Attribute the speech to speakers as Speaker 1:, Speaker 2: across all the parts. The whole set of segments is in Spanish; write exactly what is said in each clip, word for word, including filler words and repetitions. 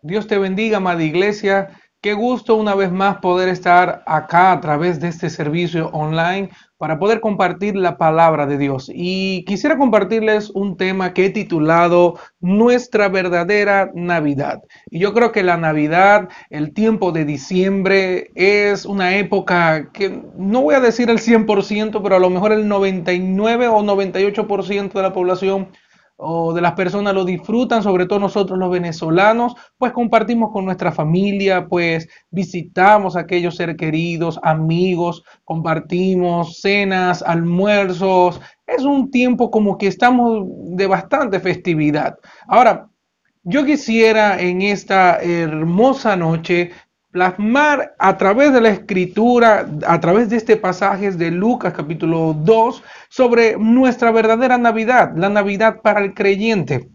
Speaker 1: Dios te bendiga, amada iglesia. Qué gusto una vez más poder estar acá a través de este servicio online para poder compartir la palabra de Dios. Y quisiera compartirles un tema que he titulado Nuestra verdadera Navidad. Y yo creo que la Navidad, el tiempo de diciembre, es una época que no voy a decir el cien por ciento, pero a lo mejor el noventa y nueve o noventa y ocho por ciento de la población o de las personas lo disfrutan, sobre todo nosotros los venezolanos, pues compartimos con nuestra familia, pues visitamos a aquellos seres queridos, amigos, compartimos cenas, almuerzos. Es un tiempo como que estamos de bastante festividad. Ahora, yo quisiera en esta hermosa noche plasmar a través de la escritura, a través de este pasaje de Lucas capítulo dos, sobre nuestra verdadera Navidad, la Navidad para el creyente.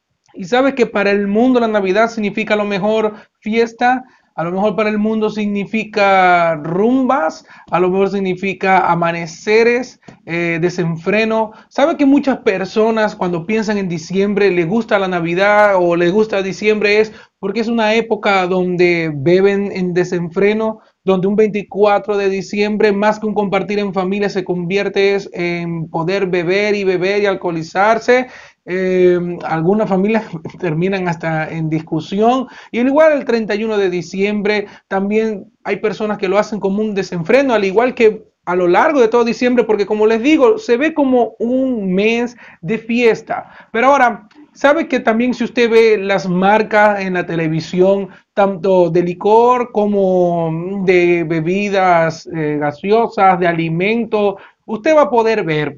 Speaker 1: Y sabes que para el mundo la Navidad significa a lo mejor fiesta, a lo mejor para el mundo significa rumbas, a lo mejor significa amaneceres, eh, desenfreno. ¿Sabe que muchas personas cuando piensan en diciembre les gusta la Navidad o les gusta diciembre es porque es una época donde beben en desenfreno, donde un veinticuatro de diciembre más que un compartir en familia se convierte en poder beber y beber y alcoholizarse? Eh, algunas familias terminan hasta en discusión y al igual el treinta y uno de diciembre también hay personas que lo hacen como un desenfreno, al igual que a lo largo de todo diciembre, porque como les digo, se ve como un mes de fiesta. Pero ahora, ¿sabe que también si usted ve las marcas en la televisión, tanto de licor como de bebidas eh, gaseosas, de alimentos, usted va a poder ver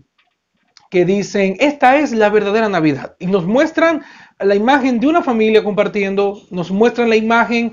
Speaker 1: que dicen, esta es la verdadera Navidad? Y nos muestran la imagen de una familia compartiendo, nos muestran la imagen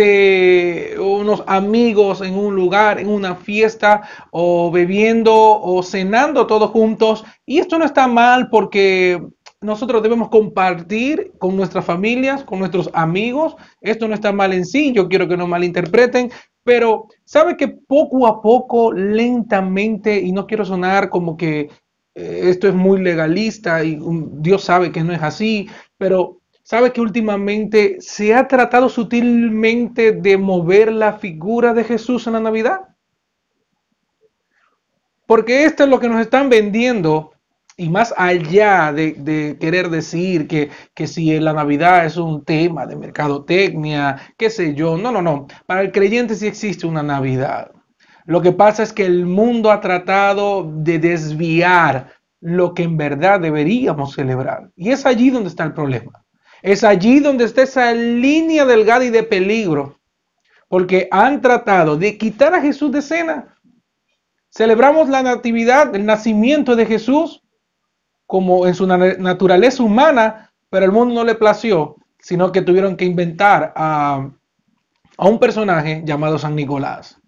Speaker 1: de unos amigos en un lugar, en una fiesta, o bebiendo o cenando todos juntos. Y esto no está mal porque nosotros debemos compartir con nuestras familias, con nuestros amigos. Esto no está mal en sí, yo quiero que no malinterpreten, pero sabe que poco a poco, lentamente, y no quiero sonar como que eh, esto es muy legalista y um, Dios sabe que no es así, pero sabe que últimamente se ha tratado sutilmente de mover la figura de Jesús en la Navidad, porque esto es lo que nos están vendiendo. Y más allá de, de querer decir que, que si la Navidad es un tema de mercadotecnia, qué sé yo, no, no, no. Para el creyente sí existe una Navidad. Lo que pasa es que el mundo ha tratado de desviar lo que en verdad deberíamos celebrar. Y es allí donde está el problema. Es allí donde está esa línea delgada y de peligro. Porque han tratado de quitar a Jesús de escena. Celebramos la natividad, el nacimiento de Jesús, como en su naturaleza humana, pero el mundo no le plació, sino que tuvieron que inventar a, a un personaje llamado San Nicolás.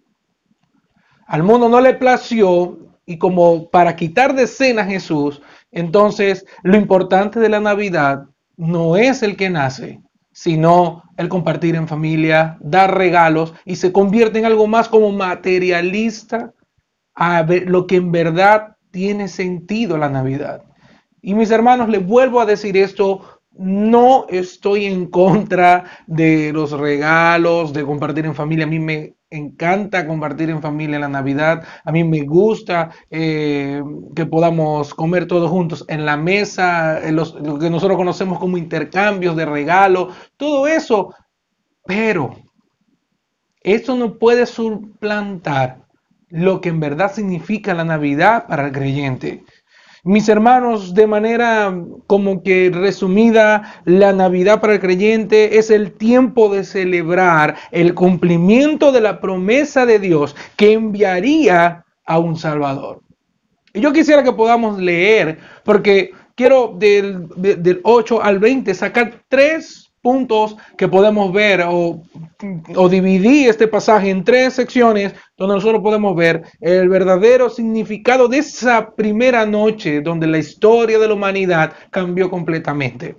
Speaker 1: Al mundo no le plació y como para quitar de escena a Jesús, entonces lo importante de la Navidad no es el que nace, sino el compartir en familia, dar regalos y se convierte en algo más como materialista a ver lo que en verdad tiene sentido la Navidad. Y mis hermanos, les vuelvo a decir esto, no estoy en contra de los regalos, de compartir en familia. A mí me encanta compartir en familia la Navidad. A mí me gusta eh, que podamos comer todos juntos en la mesa, en los, lo que nosotros conocemos como intercambios de regalos, todo eso. Pero eso no puede suplantar lo que en verdad significa la Navidad para el creyente. Mis hermanos, de manera como que resumida, la Navidad para el creyente es el tiempo de celebrar el cumplimiento de la promesa de Dios que enviaría a un Salvador. Y yo quisiera que podamos leer, porque quiero del, del ocho al veinte sacar tres puntos que podemos ver o, o dividir este pasaje en tres secciones donde nosotros podemos ver el verdadero significado de esa primera noche donde la historia de la humanidad cambió completamente.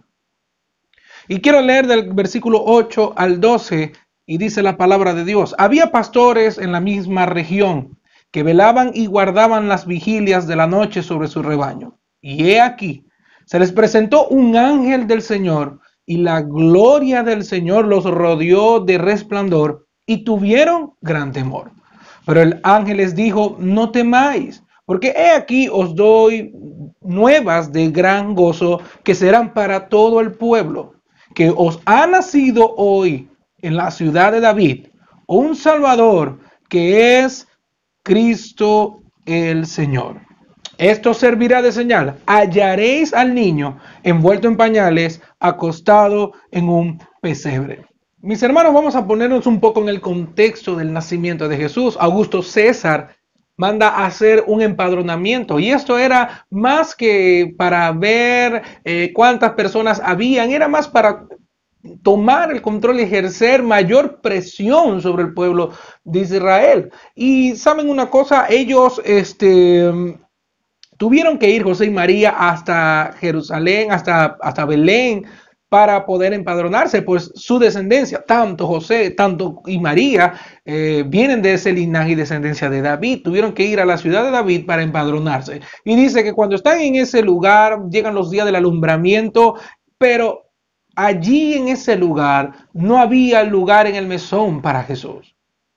Speaker 1: Y quiero leer del versículo ocho al doce y dice la palabra de Dios. Había pastores en la misma región que velaban y guardaban las vigilias de la noche sobre su rebaño. Y he aquí, se les presentó un ángel del Señor y la gloria del Señor los rodeó de resplandor y tuvieron gran temor. Pero el ángel les dijo, no temáis, porque he aquí os doy nuevas de gran gozo que serán para todo el pueblo, que os ha nacido hoy en la ciudad de David un Salvador, que es Cristo el Señor. Esto servirá de señal. Hallaréis al niño envuelto en pañales, acostado en un pesebre. Mis hermanos, vamos a ponernos un poco en el contexto del nacimiento de Jesús. Augusto César manda a hacer un empadronamiento, y esto era más que para ver eh, cuántas personas habían, era más para tomar el control y ejercer mayor presión sobre el pueblo de Israel. Y saben una cosa, ellos este, tuvieron que ir, José y María, hasta Jerusalén, hasta, hasta Belén, para poder empadronarse, pues su descendencia, tanto José, tanto y María, eh, vienen de ese linaje y descendencia de David. Tuvieron que ir a la ciudad de David para empadronarse. Y dice que cuando están en ese lugar, llegan los días del alumbramiento, pero allí en ese lugar no había lugar en el mesón para Jesús.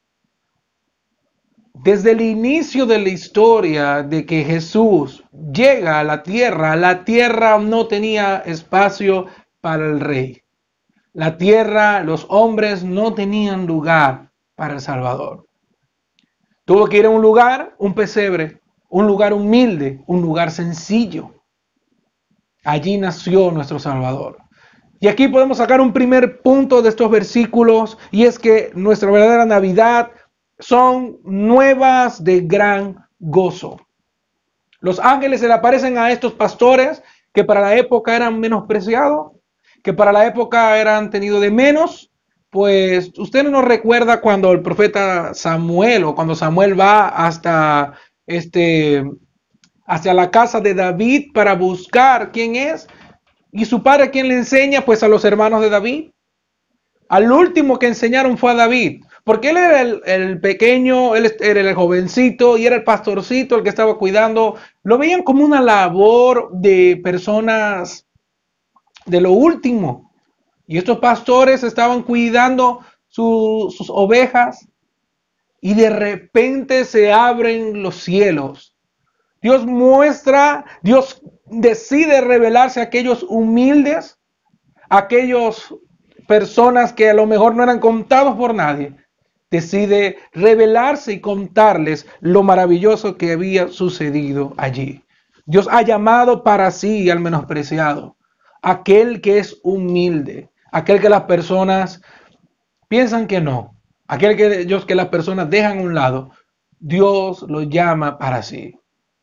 Speaker 1: Desde el inicio de la historia de que Jesús llega a la tierra, la tierra no tenía espacio para el rey. La tierra, los hombres no tenían lugar para el Salvador. Tuvo que ir a un lugar, un pesebre, un lugar humilde, un lugar sencillo. Allí nació nuestro Salvador. Y aquí podemos sacar un primer punto de estos versículos, y es que nuestra verdadera Navidad son nuevas de gran gozo. Los ángeles se le aparecen a estos pastores que para la época eran menospreciados, que para la época eran tenidos de menos. Pues usted no nos recuerda cuando el profeta Samuel, o cuando Samuel va hasta este hacia la casa de David para buscar quién es. ¿Y su padre quién le enseña? Pues a los hermanos de David. Al último que enseñaron fue a David, porque él era el, el pequeño, él era el jovencito y era el pastorcito el que estaba cuidando. Lo veían como una labor de personas de lo último. Y estos pastores estaban cuidando su, sus ovejas, y de repente se abren los cielos. Dios muestra, Dios decide revelarse a aquellos humildes, a aquellas personas que a lo mejor no eran contados por nadie. Decide revelarse y contarles lo maravilloso que había sucedido allí. Dios ha llamado para sí al menospreciado, aquel que es humilde, aquel que las personas piensan que no, aquel que ellos que las personas dejan a un lado. Dios lo llama para sí.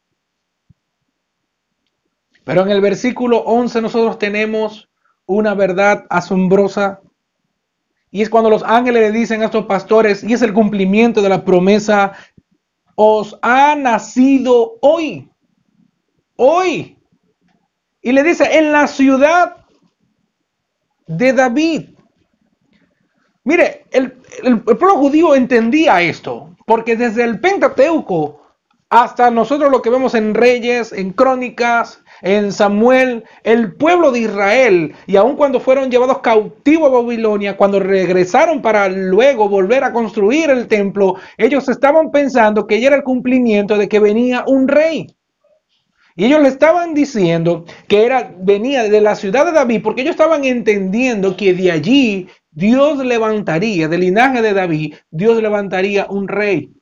Speaker 1: Pero en el versículo once nosotros tenemos una verdad asombrosa, y es cuando los ángeles le dicen a estos pastores, y es el cumplimiento de la promesa: os ha nacido hoy, hoy. Y le dice, en la ciudad de David. Mire, el, el, el pueblo judío entendía esto, porque desde el Pentateuco hasta nosotros lo que vemos en Reyes, en Crónicas, en Samuel, el pueblo de Israel, y aun cuando fueron llevados cautivos a Babilonia, cuando regresaron para luego volver a construir el templo, ellos estaban pensando que ya era el cumplimiento de que venía un rey. Y ellos le estaban diciendo que era, venía de la ciudad de David, porque ellos estaban entendiendo que de allí Dios levantaría, del linaje de David, Dios levantaría un rey.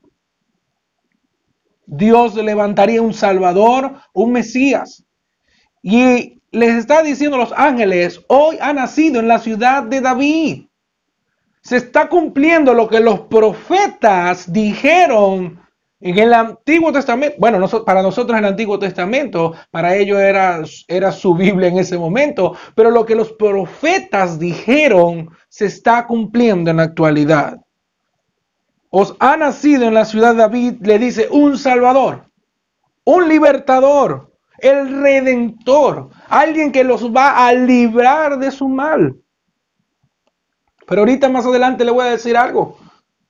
Speaker 1: Dios levantaría un Salvador, un Mesías. Y les está diciendo a los ángeles, hoy ha nacido en la ciudad de David. Se está cumpliendo lo que los profetas dijeron en el Antiguo Testamento. Bueno, para nosotros el Antiguo Testamento, para ellos era, era su Biblia en ese momento, pero lo que los profetas dijeron se está cumpliendo en la actualidad. Os ha nacido en la ciudad de David, le dice, un Salvador, un libertador, el Redentor, alguien que los va a librar de su mal. Pero ahorita más adelante le voy a decir algo.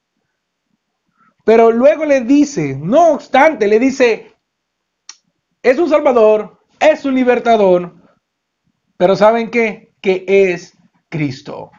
Speaker 1: Pero luego le dice, no obstante, le dice, es un Salvador, es un libertador, pero ¿saben qué? Que es Cristo.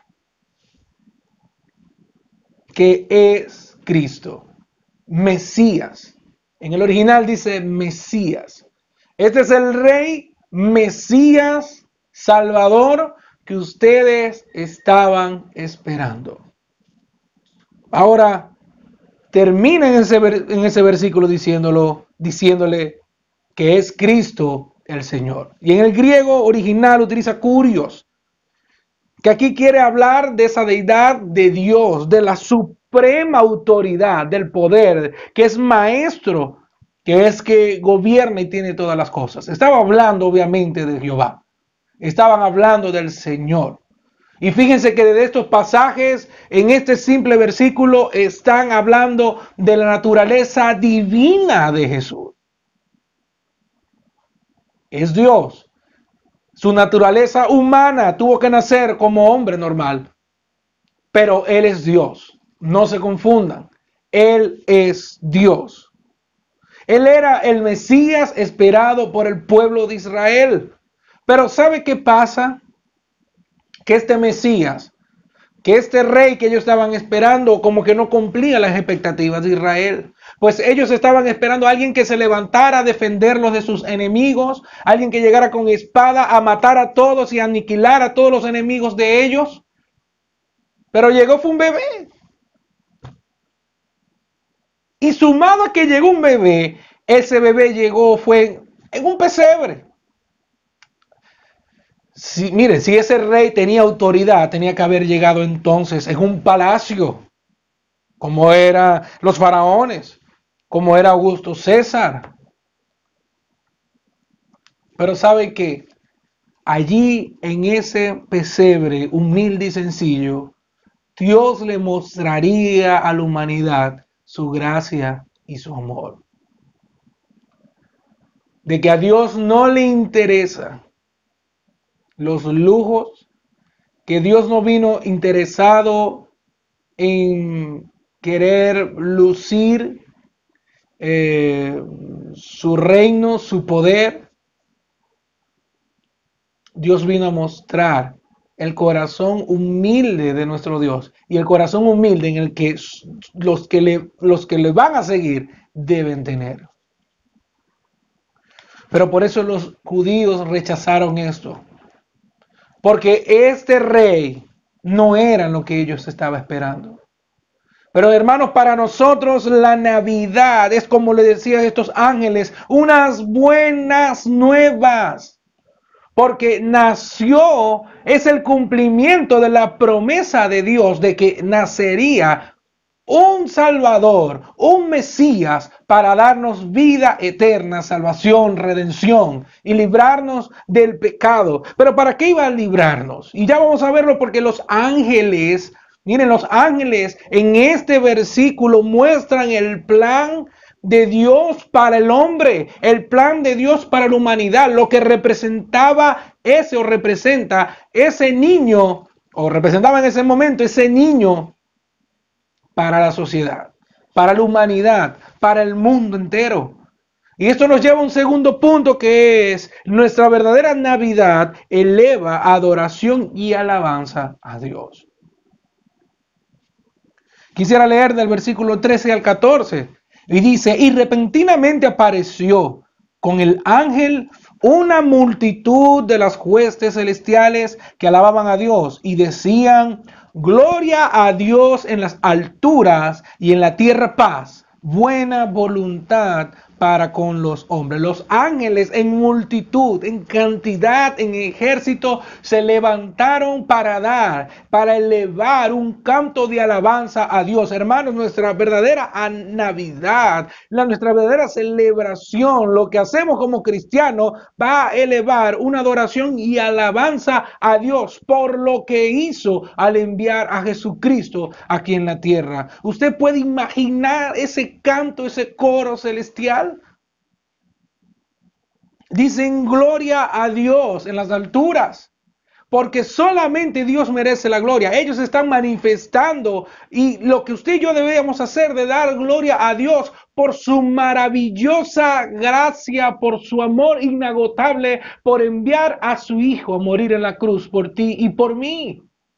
Speaker 1: ¿Qué es Cristo? Mesías. En el original dice Mesías. Este es el Rey Mesías Salvador que ustedes estaban esperando. Ahora termina en ese, en ese versículo diciéndolo, diciéndole que es Cristo el Señor. Y en el griego original utiliza kurios, que aquí quiere hablar de esa deidad de Dios, de la suprema autoridad, del poder, que es maestro, que es que gobierna y tiene todas las cosas. Estaba hablando obviamente de Jehová. Estaban hablando del Señor. Y fíjense que de estos pasajes, en este simple versículo, están hablando de la naturaleza divina de Jesús. Es Dios. Su naturaleza humana tuvo que nacer como hombre normal. Pero Él es Dios. No se confundan. Él es Dios. Él era el Mesías esperado por el pueblo de Israel. Pero ¿sabe qué pasa? Que este Mesías, que este rey que ellos estaban esperando, como que no cumplía las expectativas de Israel. Pues ellos estaban esperando a alguien que se levantara a defenderlos de sus enemigos, alguien que llegara con espada a matar a todos y a aniquilar a todos los enemigos de ellos. Pero llegó fue un bebé. Y sumado a que llegó un bebé, ese bebé llegó fue en un pesebre. Si, miren, si ese rey tenía autoridad, tenía que haber llegado entonces en un palacio, como eran los faraones, como era Augusto César. Pero ¿sabe qué? Allí en ese pesebre humilde y sencillo, Dios le mostraría a la humanidad su gracia y su amor. De que a Dios no le interesa los lujos, que Dios no vino interesado en querer lucir eh, su reino, su poder. Dios vino a mostrar el corazón humilde de nuestro Dios y el corazón humilde en el que los que le, los que le van a seguir deben tener. Pero por eso los judíos rechazaron esto. Porque este rey no era lo que ellos estaban esperando. Pero hermanos, para nosotros la Navidad es, como le decía a estos ángeles, unas buenas nuevas. Porque nació, es el cumplimiento de la promesa de Dios de que nacería un Salvador, un Mesías para darnos vida eterna, salvación, redención y librarnos del pecado. Pero ¿para qué iba a librarnos? Y ya vamos a verlo porque los ángeles, miren, los ángeles en este versículo muestran el plan de Dios para el hombre, el plan de Dios para la humanidad, lo que representaba ese o representa ese niño, o representaba en ese momento ese niño para la sociedad, para la humanidad, para el mundo entero. Y esto nos lleva a un segundo punto, que es nuestra verdadera Navidad eleva adoración y alabanza a Dios. Quisiera leer del versículo trece al catorce. Y dice, y repentinamente apareció con el ángel una multitud de las huestes celestiales que alababan a Dios y decían, gloria a Dios en las alturas y en la tierra paz, buena voluntad para con los hombres. Los ángeles en multitud, en cantidad, en ejército, se levantaron para dar, para elevar un canto de alabanza a Dios. Hermanos, nuestra verdadera Navidad, la, nuestra verdadera celebración, lo que hacemos como cristianos, va a elevar una adoración y alabanza a Dios por lo que hizo al enviar a Jesucristo aquí en la tierra. ¿Usted puede imaginar ese canto, ese coro celestial? Dicen gloria a Dios en las alturas, porque solamente Dios merece la gloria. Ellos están manifestando y lo que usted y yo debemos hacer de dar gloria a Dios por su maravillosa gracia, por su amor inagotable, por enviar a su Hijo a morir en la cruz por ti y por mí.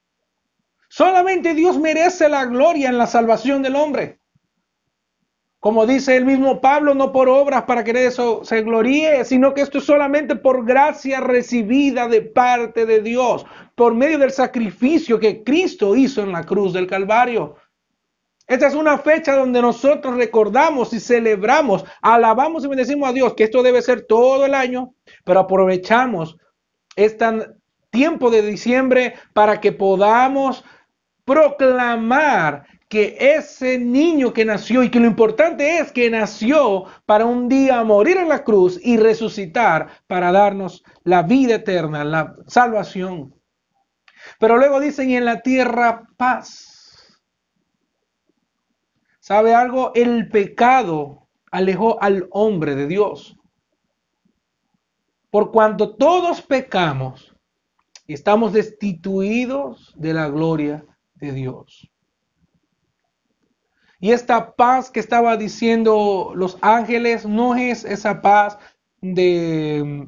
Speaker 1: Solamente Dios merece la gloria en la salvación del hombre. Como dice el mismo Pablo, no por obras para que eso se gloríe, sino que esto es solamente por gracia recibida de parte de Dios, por medio del sacrificio que Cristo hizo en la cruz del Calvario. Esta es una fecha donde nosotros recordamos y celebramos, alabamos y bendecimos a Dios, que esto debe ser todo el año, pero aprovechamos este tiempo de diciembre para que podamos proclamar que ese niño que nació, y que lo importante es que nació para un día morir en la cruz y resucitar para darnos la vida eterna, la salvación. Pero luego dicen, y en la tierra paz. ¿Sabe algo? El pecado alejó al hombre de Dios. Por cuanto todos pecamos, estamos destituidos de la gloria de Dios. Y esta paz que estaba diciendo los ángeles no es esa paz de,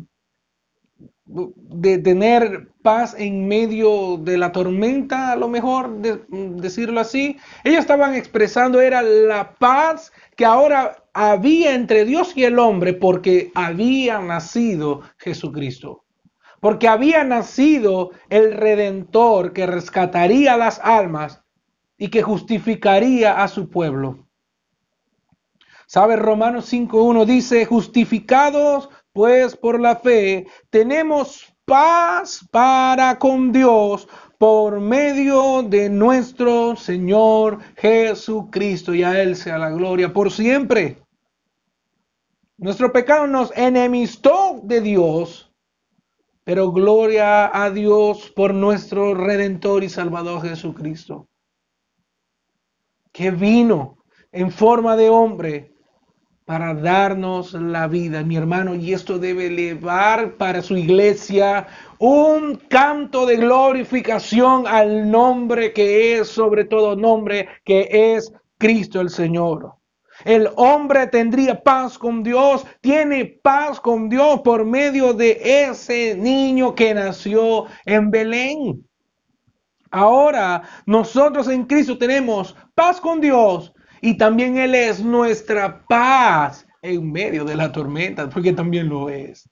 Speaker 1: de tener paz en medio de la tormenta, a lo mejor de, decirlo así. Ellos estaban expresando era la paz que ahora había entre Dios y el hombre porque había nacido Jesucristo. Porque había nacido el Redentor que rescataría las almas y que justificaría a su pueblo. ¿Sabe? Romanos cinco uno dice, justificados pues por la fe, tenemos paz para con Dios por medio de nuestro Señor Jesucristo, y a Él sea la gloria por siempre. Nuestro pecado nos enemistó de Dios, pero gloria a Dios por nuestro Redentor y Salvador Jesucristo, que vino en forma de hombre para darnos la vida, mi hermano, y esto debe elevar para su iglesia un canto de glorificación al nombre que es sobre todo nombre, que es Cristo el Señor. El hombre tendría paz con Dios, tiene paz con Dios por medio de ese niño que nació en Belén. Ahora nosotros en Cristo tenemos paz con Dios y también Él es nuestra paz en medio de la tormenta, porque también lo es.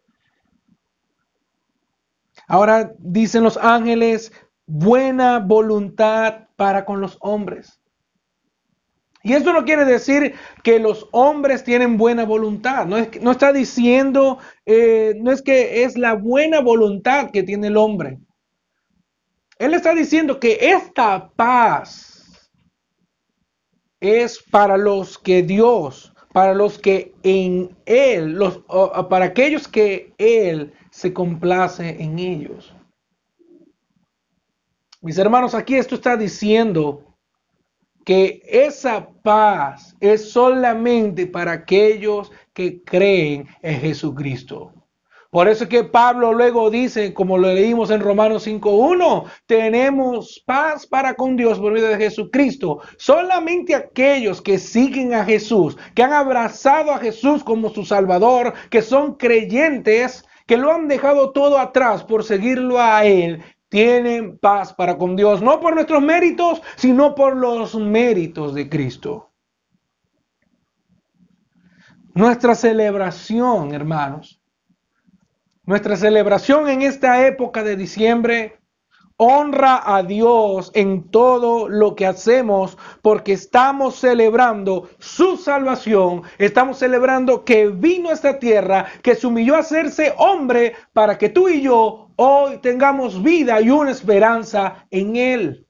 Speaker 1: Ahora dicen los ángeles, buena voluntad para con los hombres. Y esto no quiere decir que los hombres tienen buena voluntad. No, es, no está diciendo, eh, no es que es la buena voluntad que tiene el hombre. Él está diciendo que esta paz es para los que Dios, para los que en Él, los, para aquellos que Él se complace en ellos. Mis hermanos, aquí esto está diciendo que esa paz es solamente para aquellos que creen en Jesucristo. Por eso es que Pablo luego dice, como lo leímos en Romanos cinco uno, tenemos paz para con Dios por medio de Jesucristo. Solamente aquellos que siguen a Jesús, que han abrazado a Jesús como su Salvador, que son creyentes, que lo han dejado todo atrás por seguirlo a Él, tienen paz para con Dios, no por nuestros méritos, sino por los méritos de Cristo. Nuestra celebración, hermanos, nuestra celebración en esta época de diciembre honra a Dios en todo lo que hacemos, porque estamos celebrando su salvación, estamos celebrando que vino a esta tierra, que se humilló a hacerse hombre para que tú y yo hoy tengamos vida y una esperanza en Él.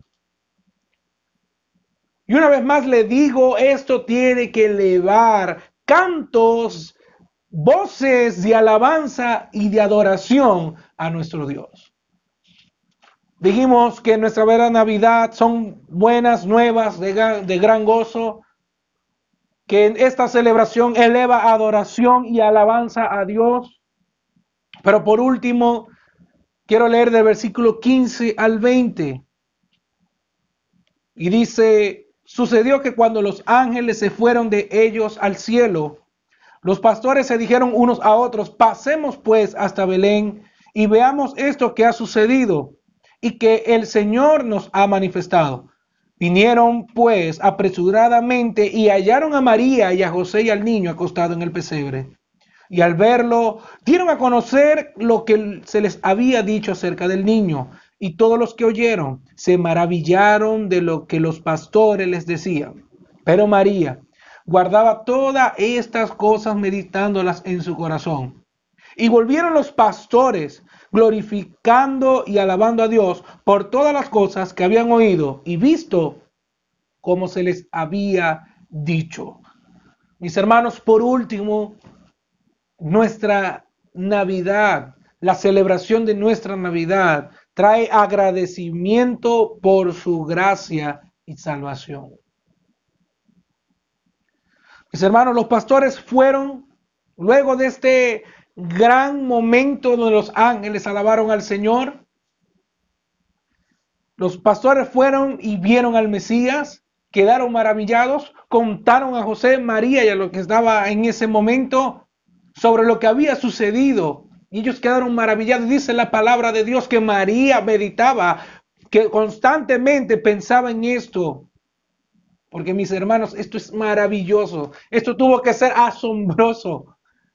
Speaker 1: Y una vez más le digo, esto tiene que elevar cantos, voces de alabanza y de adoración a nuestro Dios. Dijimos que nuestra vera Navidad son buenas nuevas de, de gran gozo, que en esta celebración eleva adoración y alabanza a Dios. Pero por último, quiero leer del versículo quince al veinte. Y dice, sucedió que cuando los ángeles se fueron de ellos al cielo, los pastores se dijeron unos a otros, pasemos pues hasta Belén y veamos esto que ha sucedido, y que el Señor nos ha manifestado. Vinieron pues apresuradamente y hallaron a María y a José y al niño acostado en el pesebre. Y al verlo, dieron a conocer lo que se les había dicho acerca del niño. Y todos los que oyeron se maravillaron de lo que los pastores les decían. Pero María guardaba todas estas cosas meditándolas en su corazón. Y volvieron los pastores glorificando y alabando a Dios por todas las cosas que habían oído y visto como se les había dicho. Mis hermanos, por último, nuestra Navidad, la celebración de nuestra Navidad, trae agradecimiento por su gracia y salvación. Mis hermanos, los pastores fueron, luego de este gran momento donde los ángeles alabaron al Señor, los pastores fueron y vieron al Mesías, quedaron maravillados, contaron a José, María y a lo que estaba en ese momento sobre lo que había sucedido. Y ellos quedaron maravillados. Dice la palabra de Dios que María meditaba, que constantemente pensaba en esto. Porque mis hermanos, esto es maravilloso. Esto tuvo que ser asombroso.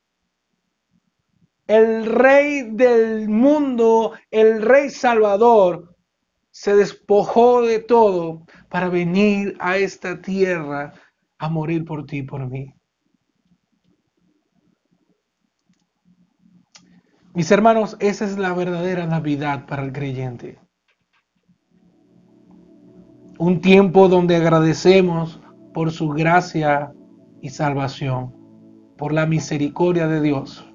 Speaker 1: El rey del mundo, el rey salvador, se despojó de todo para venir a esta tierra a morir por ti y por mí. Mis hermanos, esa es la verdadera Navidad para el creyente. Un tiempo donde agradecemos por su gracia y salvación, por la misericordia de Dios.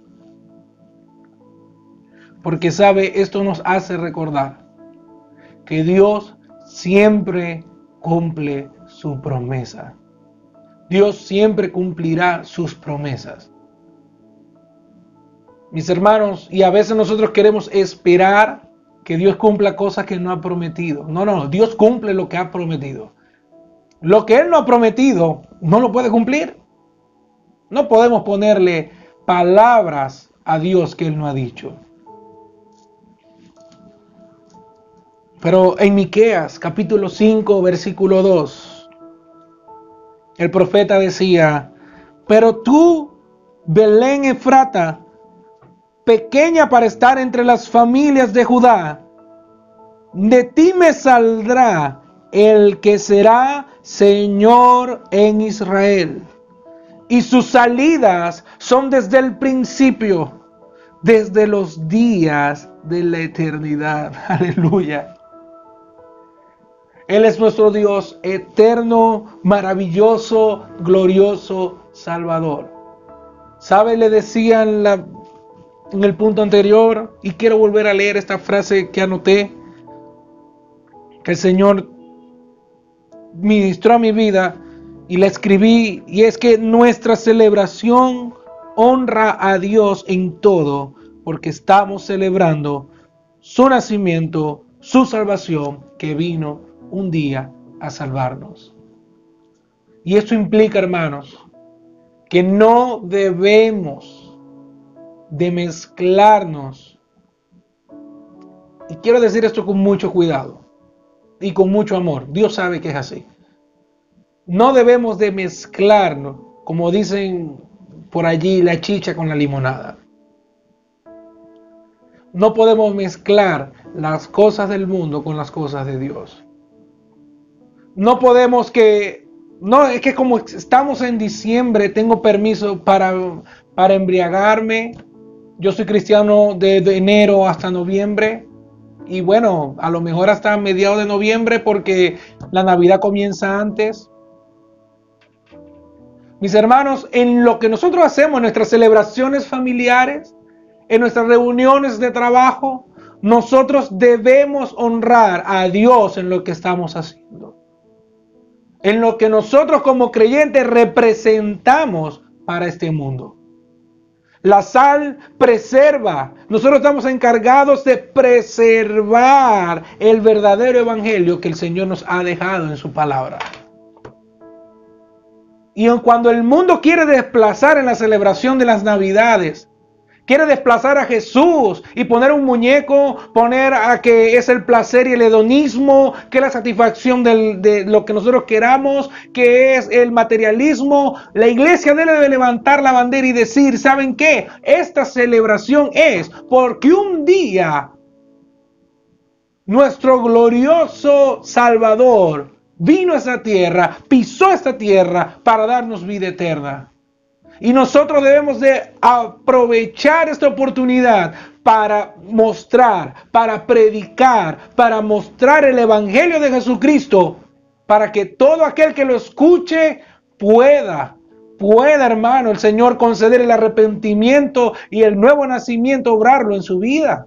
Speaker 1: Porque sabe, esto nos hace recordar que Dios siempre cumple su promesa. Dios siempre cumplirá sus promesas. Mis hermanos, y a veces nosotros queremos esperar que Dios cumpla cosas que no ha prometido. No, no, Dios cumple lo que ha prometido. Lo que Él no ha prometido, no lo puede cumplir. No podemos ponerle palabras a Dios que Él no ha dicho. Pero en Miqueas, capítulo cinco, versículo dos, el profeta decía, pero tú, Belén Efrata, pequeña para estar entre las familias de Judá, de ti me saldrá el que será Señor en Israel. Y sus salidas son desde el principio, desde los días de la eternidad. Aleluya. Él es nuestro Dios eterno, maravilloso, glorioso, Salvador. ¿Sabe? Le decían la, en el punto anterior, y quiero volver a leer esta frase que anoté, que el Señor ministró a mi vida y la escribí, y es que nuestra celebración honra a Dios en todo, porque estamos celebrando su nacimiento, su salvación, que vino un día a salvarnos. Y esto implica, hermanos, que no debemos de mezclarnos. Y quiero decir esto con mucho cuidado y con mucho amor. Dios sabe que es así. No debemos de mezclarnos, como dicen por allí, la chicha con la limonada. No podemos mezclar las cosas del mundo con las cosas de Dios. No podemos que, no, es que como estamos en diciembre, tengo permiso para, para embriagarme. Yo soy cristiano de, de enero hasta noviembre. Y bueno, a lo mejor hasta mediados de noviembre porque la Navidad comienza antes. Mis hermanos, en lo que nosotros hacemos, en nuestras celebraciones familiares, en nuestras reuniones de trabajo, nosotros debemos honrar a Dios en lo que estamos haciendo. En lo que nosotros como creyentes representamos para este mundo. La sal preserva. Nosotros estamos encargados de preservar el verdadero evangelio que el Señor nos ha dejado en su palabra. Y cuando el mundo quiere desplazar en la celebración de las Navidades, quiere desplazar a Jesús y poner un muñeco, poner a que es el placer y el hedonismo, que es la satisfacción del, de lo que nosotros queramos, que es el materialismo. La iglesia debe de levantar la bandera y decir, ¿saben qué? Esta celebración es porque un día nuestro glorioso Salvador vino a esta tierra, pisó esta tierra para darnos vida eterna. Y nosotros debemos de aprovechar esta oportunidad para mostrar, para predicar, para mostrar el Evangelio de Jesucristo, para que todo aquel que lo escuche pueda, pueda, hermano, el Señor conceder el arrepentimiento y el nuevo nacimiento, obrarlo en su vida.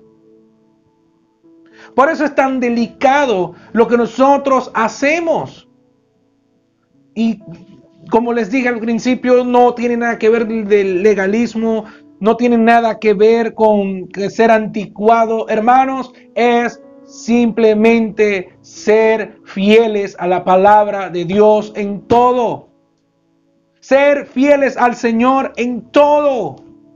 Speaker 1: Por eso es tan delicado lo que nosotros hacemos. Y como les dije al principio, no tiene nada que ver del legalismo, no tiene nada que ver con ser anticuado. Hermanos, es simplemente ser fieles a la palabra de Dios en todo. Ser fieles al Señor en todo.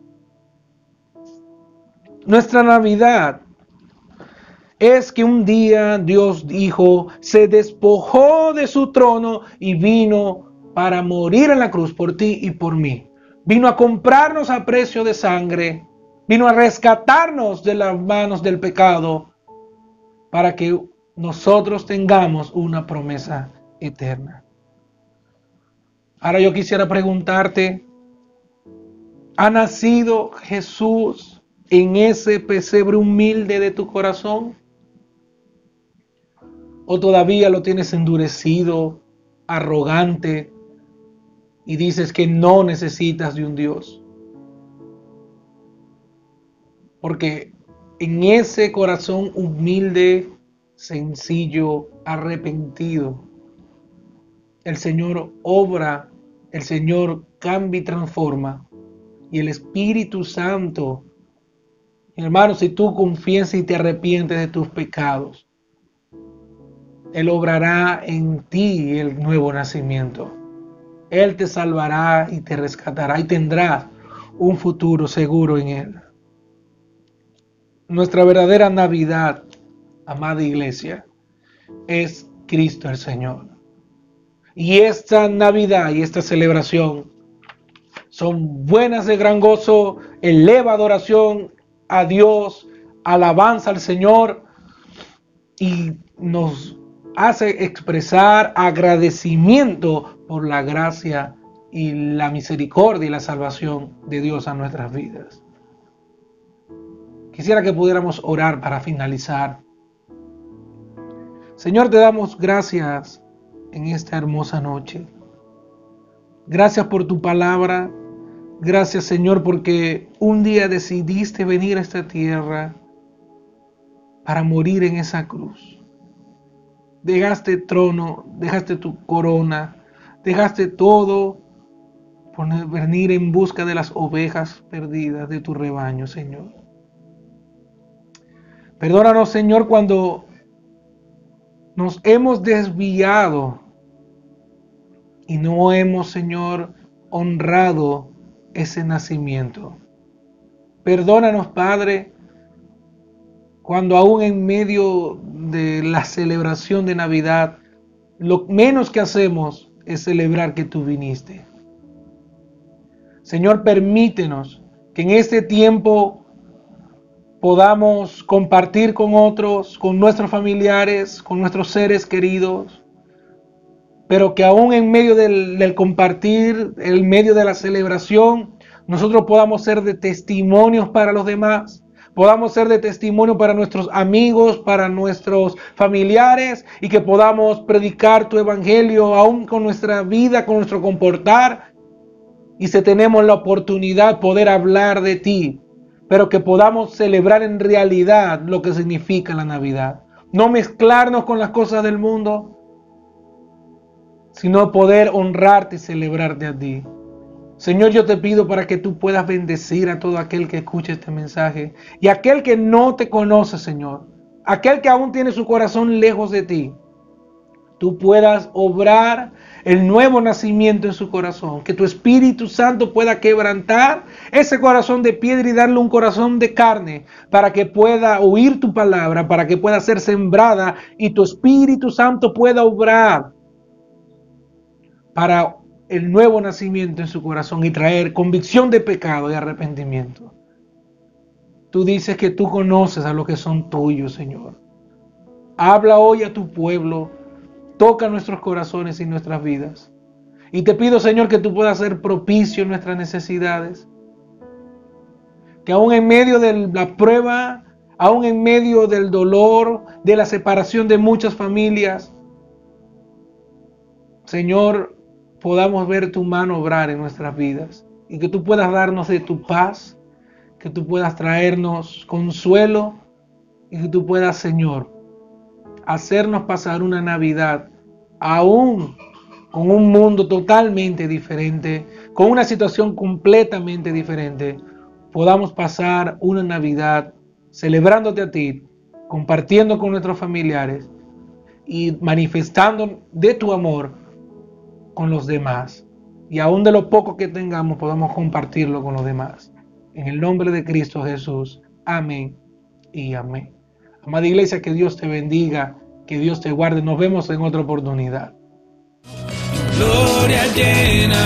Speaker 1: Nuestra Navidad es que un día Dios dijo, se despojó de su trono y vino para morir en la cruz por ti y por mí. Vino a comprarnos a precio de sangre. Vino a rescatarnos de las manos del pecado para que nosotros tengamos una promesa eterna. Ahora yo quisiera preguntarte, ¿ha nacido Jesús en ese pesebre humilde de tu corazón? ¿O todavía lo tienes endurecido, arrogante, y dices que no necesitas de un Dios? Porque en ese corazón humilde, sencillo, arrepentido, el Señor obra, el Señor cambia y transforma, y el Espíritu Santo, hermano, si tú confiesas y te arrepientes de tus pecados, Él obrará en ti el nuevo nacimiento. Él te salvará y te rescatará y tendrás un futuro seguro en Él. Nuestra verdadera Navidad, amada iglesia, es Cristo el Señor. Y esta Navidad y esta celebración son buenas de gran gozo, eleva adoración a Dios, alabanza al Señor y nos hace expresar agradecimiento por la gracia y la misericordia y la salvación de Dios a nuestras vidas. Quisiera que pudiéramos orar para finalizar. Señor, te damos gracias en esta hermosa noche. Gracias por tu palabra. Gracias, Señor, porque un día decidiste venir a esta tierra para morir en esa cruz. Dejaste trono, dejaste tu corona, dejaste todo por venir en busca de las ovejas perdidas de tu rebaño, Señor. Perdónanos, Señor, cuando nos hemos desviado y no hemos, Señor, honrado ese nacimiento. Perdónanos, Padre, cuando aún en medio de la celebración de Navidad, lo menos que hacemos es celebrar que tú viniste. Señor, permítenos que en este tiempo podamos compartir con otros, con nuestros familiares, con nuestros seres queridos, pero que aún en medio del, del compartir, en medio de la celebración, nosotros podamos ser de testimonios para los demás, podamos ser de testimonio para nuestros amigos, para nuestros familiares, y que podamos predicar tu evangelio aún con nuestra vida, con nuestro comportar, y si tenemos la oportunidad poder hablar de ti, pero que podamos celebrar en realidad lo que significa la Navidad. No mezclarnos con las cosas del mundo, sino poder honrarte y celebrarte a ti. Señor, yo te pido para que tú puedas bendecir a todo aquel que escuche este mensaje y aquel que no te conoce, Señor, aquel que aún tiene su corazón lejos de ti. tú puedas obrar el nuevo nacimiento en su corazón, que tu Espíritu Santo pueda quebrantar ese corazón de piedra y darle un corazón de carne para que pueda oír tu palabra, para que pueda ser sembrada y tu Espíritu Santo pueda obrar para el nuevo nacimiento en su corazón y traer convicción de pecado y arrepentimiento. Tú dices que tú conoces a los que son tuyos, Señor. Habla hoy a tu pueblo, toca nuestros corazones y nuestras vidas. Y te pido, Señor, que tú puedas ser propicio en nuestras necesidades. Que aún en medio de la prueba, aún en medio del dolor, de la separación de muchas familias, Señor, podamos ver tu mano obrar en nuestras vidas. Y que tú puedas darnos de tu paz, que tú puedas traernos consuelo y que tú puedas, Señor, hacernos pasar una Navidad aún con un mundo totalmente diferente, con una situación completamente diferente, podamos pasar una Navidad celebrándote a ti, compartiendo con nuestros familiares y manifestando de tu amor con los demás. Y aún de lo poco que tengamos, podamos compartirlo con los demás. En el nombre de Cristo Jesús. Amén y amén. Amada iglesia, que Dios te bendiga, que Dios te guarde. Nos vemos en otra oportunidad. Gloria llena.